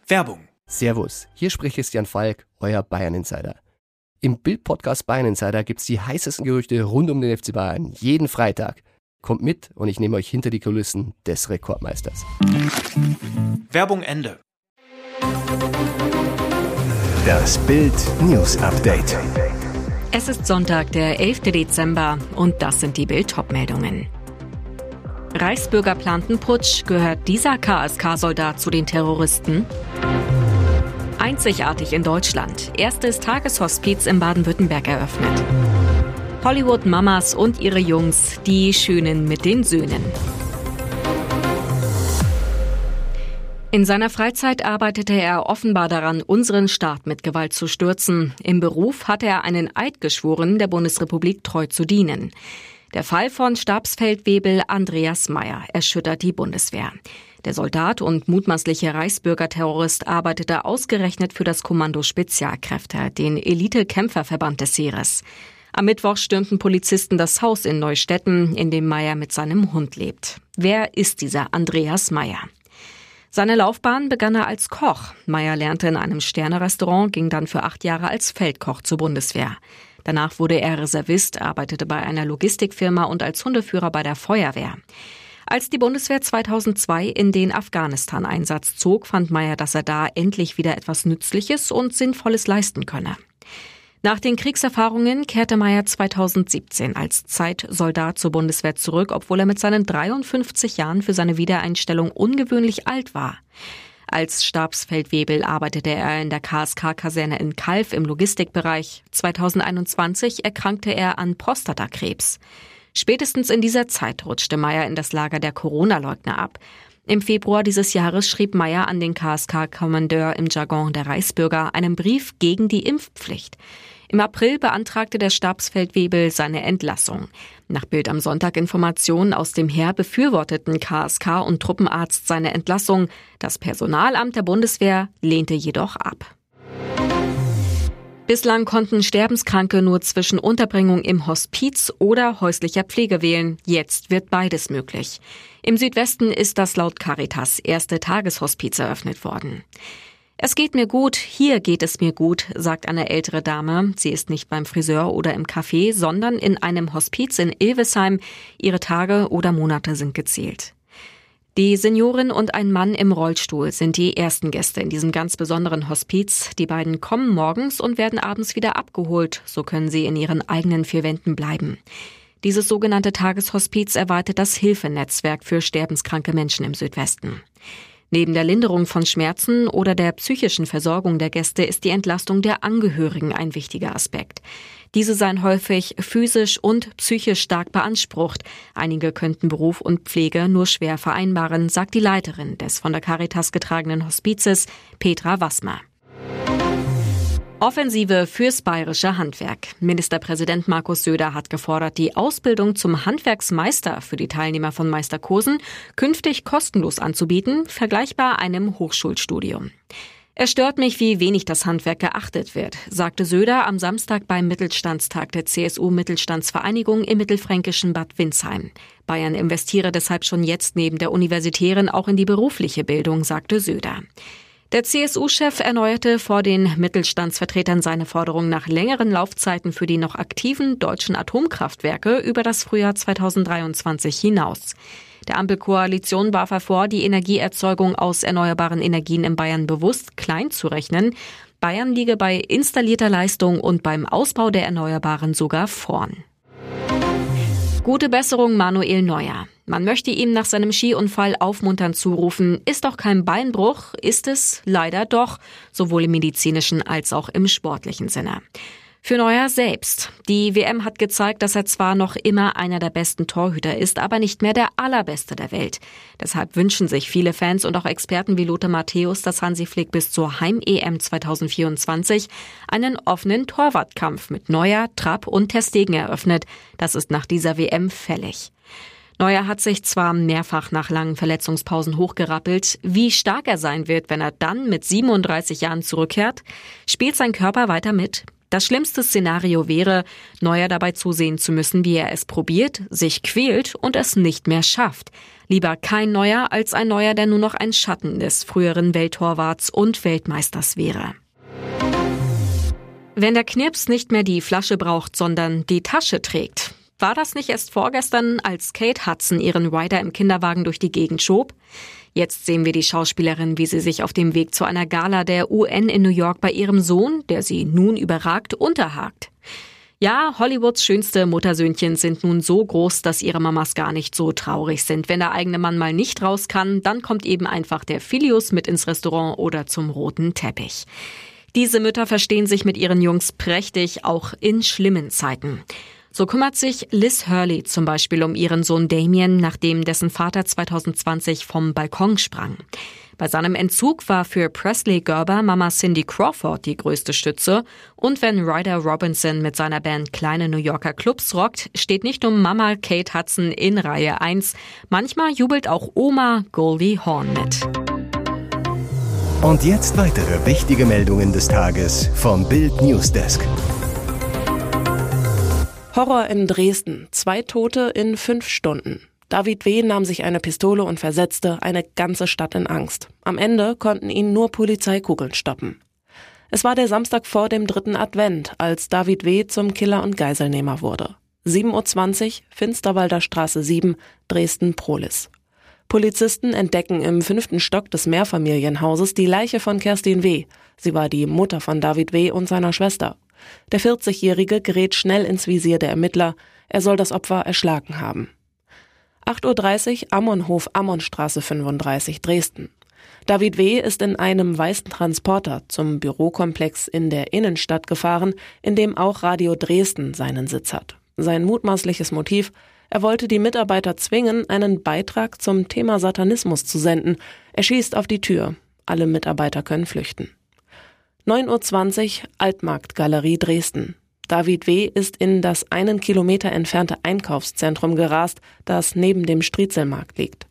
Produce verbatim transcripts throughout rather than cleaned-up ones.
Werbung. Servus, hier spricht Christian Falk, euer Bayern-Insider. Im Bild-Podcast Bayern-Insider gibt's die heißesten Gerüchte rund um den F C Bayern jeden Freitag. Kommt mit und ich nehme euch hinter die Kulissen des Rekordmeisters. Werbung Ende. Das Bild-News-Update. Es ist Sonntag, der elfter Dezember und das sind die Bild-Top-Meldungen. Reichsbürger planten Putsch, gehört dieser K S K-Soldat zu den Terroristen? Einzigartig in Deutschland. Erstes Tageshospiz in Baden-Württemberg eröffnet. Hollywood-Mamas und ihre Jungs, die Schönen mit den Söhnen. In seiner Freizeit arbeitete er offenbar daran, unseren Staat mit Gewalt zu stürzen. Im Beruf hatte er einen Eid geschworen, der Bundesrepublik treu zu dienen. Der Fall von Stabsfeldwebel Andreas Maier erschüttert die Bundeswehr. Der Soldat und mutmaßliche Reichsbürgerterrorist arbeitete ausgerechnet für das Kommando Spezialkräfte, den Elite-Kämpferverband des Heeres. Am Mittwoch stürmten Polizisten das Haus in Neustetten, in dem Maier mit seinem Hund lebt. Wer ist dieser Andreas Maier? Seine Laufbahn begann er als Koch. Maier lernte in einem Sterne-Restaurant, ging dann für acht Jahre als Feldkoch zur Bundeswehr. Danach wurde er Reservist, arbeitete bei einer Logistikfirma und als Hundeführer bei der Feuerwehr. Als die Bundeswehr zweitausendzwei in den Afghanistan-Einsatz zog, fand Maier, dass er da endlich wieder etwas Nützliches und Sinnvolles leisten könne. Nach den Kriegserfahrungen kehrte Maier zweitausendsiebzehn als Zeitsoldat zur Bundeswehr zurück, obwohl er mit seinen dreiundfünfzig Jahren für seine Wiedereinstellung ungewöhnlich alt war. Als Stabsfeldwebel arbeitete er in der K S K-Kaserne in Calw im Logistikbereich. zweitausendeinundzwanzig erkrankte er an Prostatakrebs. Spätestens in dieser Zeit rutschte Maier in das Lager der Corona-Leugner ab. Im Februar dieses Jahres schrieb Maier an den K S K-Kommandeur im Jargon der Reichsbürger einen Brief gegen die Impfpflicht. Im April beantragte der Stabsfeldwebel seine Entlassung. Nach Bild am Sonntag Informationen aus dem Heer befürworteten K S K und Truppenarzt seine Entlassung. Das Personalamt der Bundeswehr lehnte jedoch ab. Bislang konnten Sterbenskranke nur zwischen Unterbringung im Hospiz oder häuslicher Pflege wählen. Jetzt wird beides möglich. Im Südwesten ist das laut Caritas erste Tageshospiz eröffnet worden. Es geht mir gut, hier geht es mir gut, sagt eine ältere Dame. Sie ist nicht beim Friseur oder im Café, sondern in einem Hospiz in Ilvesheim. Ihre Tage oder Monate sind gezählt. Die Seniorin und ein Mann im Rollstuhl sind die ersten Gäste in diesem ganz besonderen Hospiz. Die beiden kommen morgens und werden abends wieder abgeholt. So können sie in ihren eigenen vier Wänden bleiben. Dieses sogenannte Tageshospiz erweitert das Hilfenetzwerk für sterbenskranke Menschen im Südwesten. Neben der Linderung von Schmerzen oder der psychischen Versorgung der Gäste ist die Entlastung der Angehörigen ein wichtiger Aspekt. Diese seien häufig physisch und psychisch stark beansprucht. Einige könnten Beruf und Pflege nur schwer vereinbaren, sagt die Leiterin des von der Caritas getragenen Hospizes, Petra Wassmer. Offensive fürs bayerische Handwerk. Ministerpräsident Markus Söder hat gefordert, die Ausbildung zum Handwerksmeister für die Teilnehmer von Meisterkursen künftig kostenlos anzubieten, vergleichbar einem Hochschulstudium. Es stört mich, wie wenig das Handwerk geachtet wird, sagte Söder am Samstag beim Mittelstandstag der C S U-Mittelstandsvereinigung im mittelfränkischen Bad Windsheim. Bayern investiere deshalb schon jetzt neben der universitären auch in die berufliche Bildung, sagte Söder. Der C S U-Chef erneuerte vor den Mittelstandsvertretern seine Forderung nach längeren Laufzeiten für die noch aktiven deutschen Atomkraftwerke über das Frühjahr zweitausenddreiundzwanzig hinaus. Der Ampelkoalition warf er vor, die Energieerzeugung aus erneuerbaren Energien in Bayern bewusst klein zu rechnen. Bayern liege bei installierter Leistung und beim Ausbau der Erneuerbaren sogar vorn. Gute Besserung Manuel Neuer. Man möchte ihm nach seinem Skiunfall aufmunternd zurufen, ist doch kein Beinbruch, ist es leider doch, sowohl im medizinischen als auch im sportlichen Sinne. Für Neuer selbst. Die W M hat gezeigt, dass er zwar noch immer einer der besten Torhüter ist, aber nicht mehr der allerbeste der Welt. Deshalb wünschen sich viele Fans und auch Experten wie Lothar Matthäus, dass Hansi Flick bis zur Heim-E M zweitausendvierundzwanzig einen offenen Torwartkampf mit Neuer, Trapp und ter Stegen eröffnet. Das ist nach dieser W M fällig. Neuer hat sich zwar mehrfach nach langen Verletzungspausen hochgerappelt. Wie stark er sein wird, wenn er dann mit siebenunddreißig Jahren zurückkehrt, spielt sein Körper weiter mit? Das schlimmste Szenario wäre, Neuer dabei zusehen zu müssen, wie er es probiert, sich quält und es nicht mehr schafft. Lieber kein Neuer als ein Neuer, der nur noch ein Schatten des früheren Welttorwarts und Weltmeisters wäre. Wenn der Knirps nicht mehr die Flasche braucht, sondern die Tasche trägt. War das nicht erst vorgestern, als Kate Hudson ihren Ryder im Kinderwagen durch die Gegend schob? Jetzt sehen wir die Schauspielerin, wie sie sich auf dem Weg zu einer Gala der U N in New York bei ihrem Sohn, der sie nun überragt, unterhakt. Ja, Hollywoods schönste Muttersöhnchen sind nun so groß, dass ihre Mamas gar nicht so traurig sind. Wenn der eigene Mann mal nicht raus kann, dann kommt eben einfach der Filius mit ins Restaurant oder zum roten Teppich. Diese Mütter verstehen sich mit ihren Jungs prächtig, auch in schlimmen Zeiten. So kümmert sich Liz Hurley zum Beispiel um ihren Sohn Damien, nachdem dessen Vater zwanzig zwanzig vom Balkon sprang. Bei seinem Entzug war für Presley Gerber Mama Cindy Crawford die größte Stütze. Und wenn Ryder Robinson mit seiner Band kleine New Yorker Clubs rockt, steht nicht nur Mama Kate Hudson in Reihe eins. Manchmal jubelt auch Oma Goldie Hawn mit. Und jetzt weitere wichtige Meldungen des Tages vom Bild Newsdesk. Horror in Dresden. Zwei Tote in fünf Stunden. David W. nahm sich eine Pistole und versetzte eine ganze Stadt in Angst. Am Ende konnten ihn nur Polizeikugeln stoppen. Es war der Samstag vor dem dritten Advent, als David W. zum Killer und Geiselnehmer wurde. sieben Uhr zwanzig, Finsterwalder Straße sieben, Dresden-Prohlis. Polizisten entdecken im fünften Stock des Mehrfamilienhauses die Leiche von Kerstin W. Sie war die Mutter von David W. und seiner Schwester. Der vierzigjährige gerät schnell ins Visier der Ermittler. Er soll das Opfer erschlagen haben. acht Uhr dreißig, Ammonhof, Ammonstraße fünfunddreißig, Dresden. David W. ist in einem weißen Transporter zum Bürokomplex in der Innenstadt gefahren, in dem auch Radio Dresden seinen Sitz hat. Sein mutmaßliches Motiv: Er wollte die Mitarbeiter zwingen, einen Beitrag zum Thema Satanismus zu senden. Er schießt auf die Tür. Alle Mitarbeiter können flüchten. neun Uhr zwanzig, Altmarktgalerie Dresden. David W. ist in das einen Kilometer entfernte Einkaufszentrum gerast, das neben dem Striezelmarkt liegt.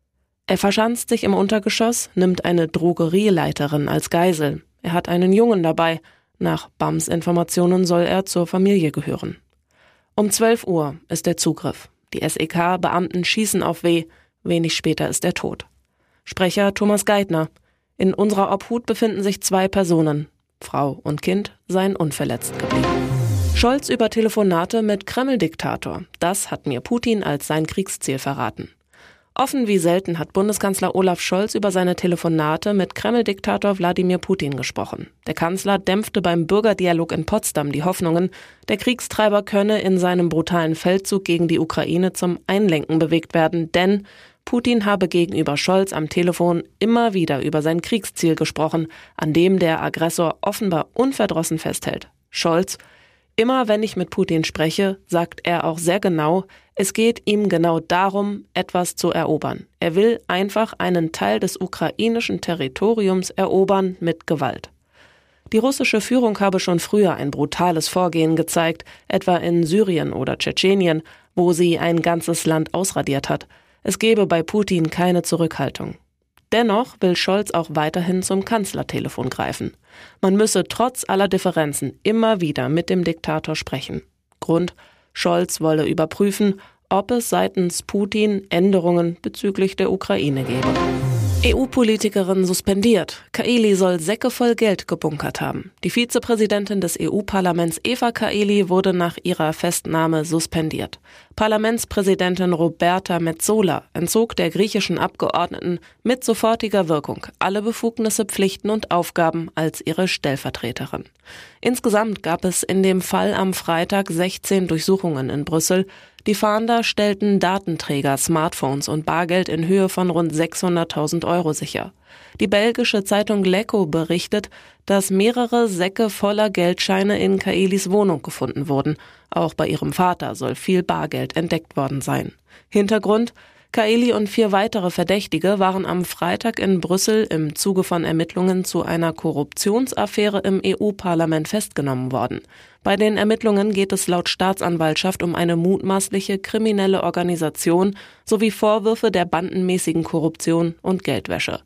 Er verschanzt sich im Untergeschoss, nimmt eine Drogerieleiterin als Geisel. Er hat einen Jungen dabei. Nach B A Ms Informationen soll er zur Familie gehören. Um zwölf Uhr ist der Zugriff. Die S E K-Beamten schießen auf W. Wenig später ist er tot. Sprecher Thomas Geithner: In unserer Obhut befinden sich zwei Personen. Frau und Kind seien unverletzt geblieben. Scholz über Telefonate mit Kreml-Diktator. Das hat mir Putin als sein Kriegsziel verraten. Offen wie selten hat Bundeskanzler Olaf Scholz über seine Telefonate mit Kreml-Diktator Wladimir Putin gesprochen. Der Kanzler dämpfte beim Bürgerdialog in Potsdam die Hoffnungen, der Kriegstreiber könne in seinem brutalen Feldzug gegen die Ukraine zum Einlenken bewegt werden, denn Putin habe gegenüber Scholz am Telefon immer wieder über sein Kriegsziel gesprochen, an dem der Aggressor offenbar unverdrossen festhält. Scholz: Immer wenn ich mit Putin spreche, sagt er auch sehr genau, es geht ihm genau darum, etwas zu erobern. Er will einfach einen Teil des ukrainischen Territoriums erobern mit Gewalt. Die russische Führung habe schon früher ein brutales Vorgehen gezeigt, etwa in Syrien oder Tschetschenien, wo sie ein ganzes Land ausradiert hat. Es gebe bei Putin keine Zurückhaltung. Dennoch will Scholz auch weiterhin zum Kanzlertelefon greifen. Man müsse trotz aller Differenzen immer wieder mit dem Diktator sprechen. Grund: Scholz wolle überprüfen, ob es seitens Putin Änderungen bezüglich der Ukraine gebe. E U-Politikerin suspendiert. Kaili soll Säcke voll Geld gebunkert haben. Die Vizepräsidentin des E U-Parlaments Eva Kaili wurde nach ihrer Festnahme suspendiert. Parlamentspräsidentin Roberta Metsola entzog der griechischen Abgeordneten mit sofortiger Wirkung alle Befugnisse, Pflichten und Aufgaben als ihre Stellvertreterin. Insgesamt gab es in dem Fall am Freitag sechzehn Durchsuchungen in Brüssel. Die Fahnder stellten Datenträger, Smartphones und Bargeld in Höhe von rund sechshunderttausend Euro sicher. Die belgische Zeitung L'Echo berichtet, dass mehrere Säcke voller Geldscheine in Kailis Wohnung gefunden wurden. Auch bei ihrem Vater soll viel Bargeld entdeckt worden sein. Hintergrund: Kaili und vier weitere Verdächtige waren am Freitag in Brüssel im Zuge von Ermittlungen zu einer Korruptionsaffäre im E U-Parlament festgenommen worden. Bei den Ermittlungen geht es laut Staatsanwaltschaft um eine mutmaßliche kriminelle Organisation sowie Vorwürfe der bandenmäßigen Korruption und Geldwäsche.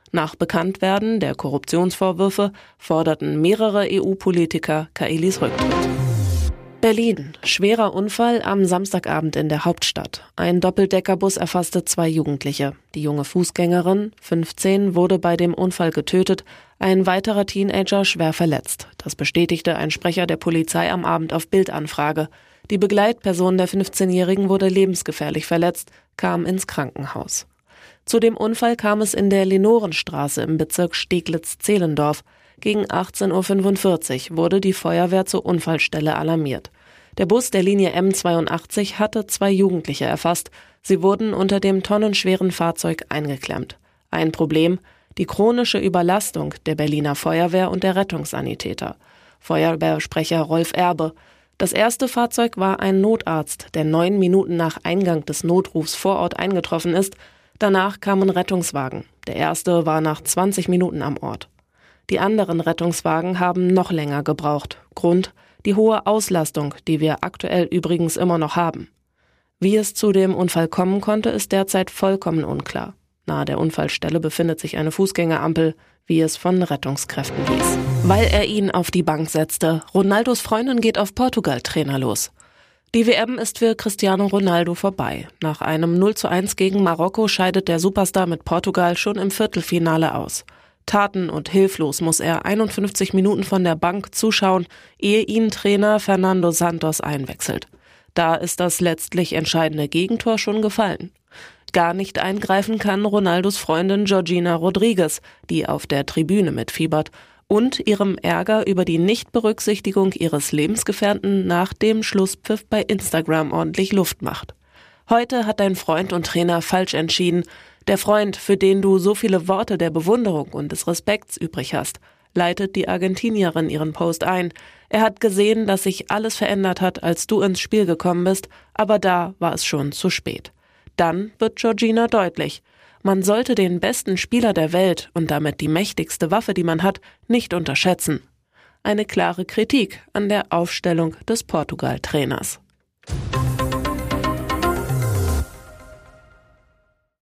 Nach Bekanntwerden der Korruptionsvorwürfe forderten mehrere E U-Politiker Kaelis Rücktritt. Berlin. Schwerer Unfall am Samstagabend in der Hauptstadt. Ein Doppeldeckerbus erfasste zwei Jugendliche. Die junge Fußgängerin, fünfzehn, wurde bei dem Unfall getötet, ein weiterer Teenager schwer verletzt. Das bestätigte ein Sprecher der Polizei am Abend auf Bild-Anfrage. Die Begleitperson der fünfzehnjährigen wurde lebensgefährlich verletzt, kam ins Krankenhaus. Zu dem Unfall kam es in der Lenorenstraße im Bezirk Steglitz-Zehlendorf. Gegen achtzehn Uhr fünfundvierzig wurde die Feuerwehr zur Unfallstelle alarmiert. Der Bus der Linie M zweiundachtzig hatte zwei Jugendliche erfasst. Sie wurden unter dem tonnenschweren Fahrzeug eingeklemmt. Ein Problem: die chronische Überlastung der Berliner Feuerwehr und der Rettungssanitäter. Feuerwehrsprecher Rolf Erbe: Das erste Fahrzeug war ein Notarzt, der neun Minuten nach Eingang des Notrufs vor Ort eingetroffen ist. Danach kamen Rettungswagen. Der erste war nach zwanzig Minuten am Ort. Die anderen Rettungswagen haben noch länger gebraucht. Grund: die hohe Auslastung, die wir aktuell übrigens immer noch haben. Wie es zu dem Unfall kommen konnte, ist derzeit vollkommen unklar. Nahe der Unfallstelle befindet sich eine Fußgängerampel, wie es von Rettungskräften hieß. Weil er ihn auf die Bank setzte. Ronaldos Freundin geht auf Portugal-Trainer los. Die W M ist für Cristiano Ronaldo vorbei. Nach einem null zu eins gegen Marokko scheidet der Superstar mit Portugal schon im Viertelfinale aus. Taten- und hilflos muss er einundfünfzig Minuten von der Bank zuschauen, ehe ihn Trainer Fernando Santos einwechselt. Da ist das letztlich entscheidende Gegentor schon gefallen. Gar nicht eingreifen kann Ronaldos Freundin Georgina Rodriguez, die auf der Tribüne mitfiebert und ihrem Ärger über die Nichtberücksichtigung ihres Lebensgefährten nach dem Schlusspfiff bei Instagram ordentlich Luft macht. Heute hat dein Freund und Trainer falsch entschieden. Der Freund, für den du so viele Worte der Bewunderung und des Respekts übrig hast, leitet die Argentinierin ihren Post ein. Er hat gesehen, dass sich alles verändert hat, als du ins Spiel gekommen bist, aber da war es schon zu spät. Dann wird Georgina deutlich: Man sollte den besten Spieler der Welt und damit die mächtigste Waffe, die man hat, nicht unterschätzen. Eine klare Kritik an der Aufstellung des Portugal-Trainers.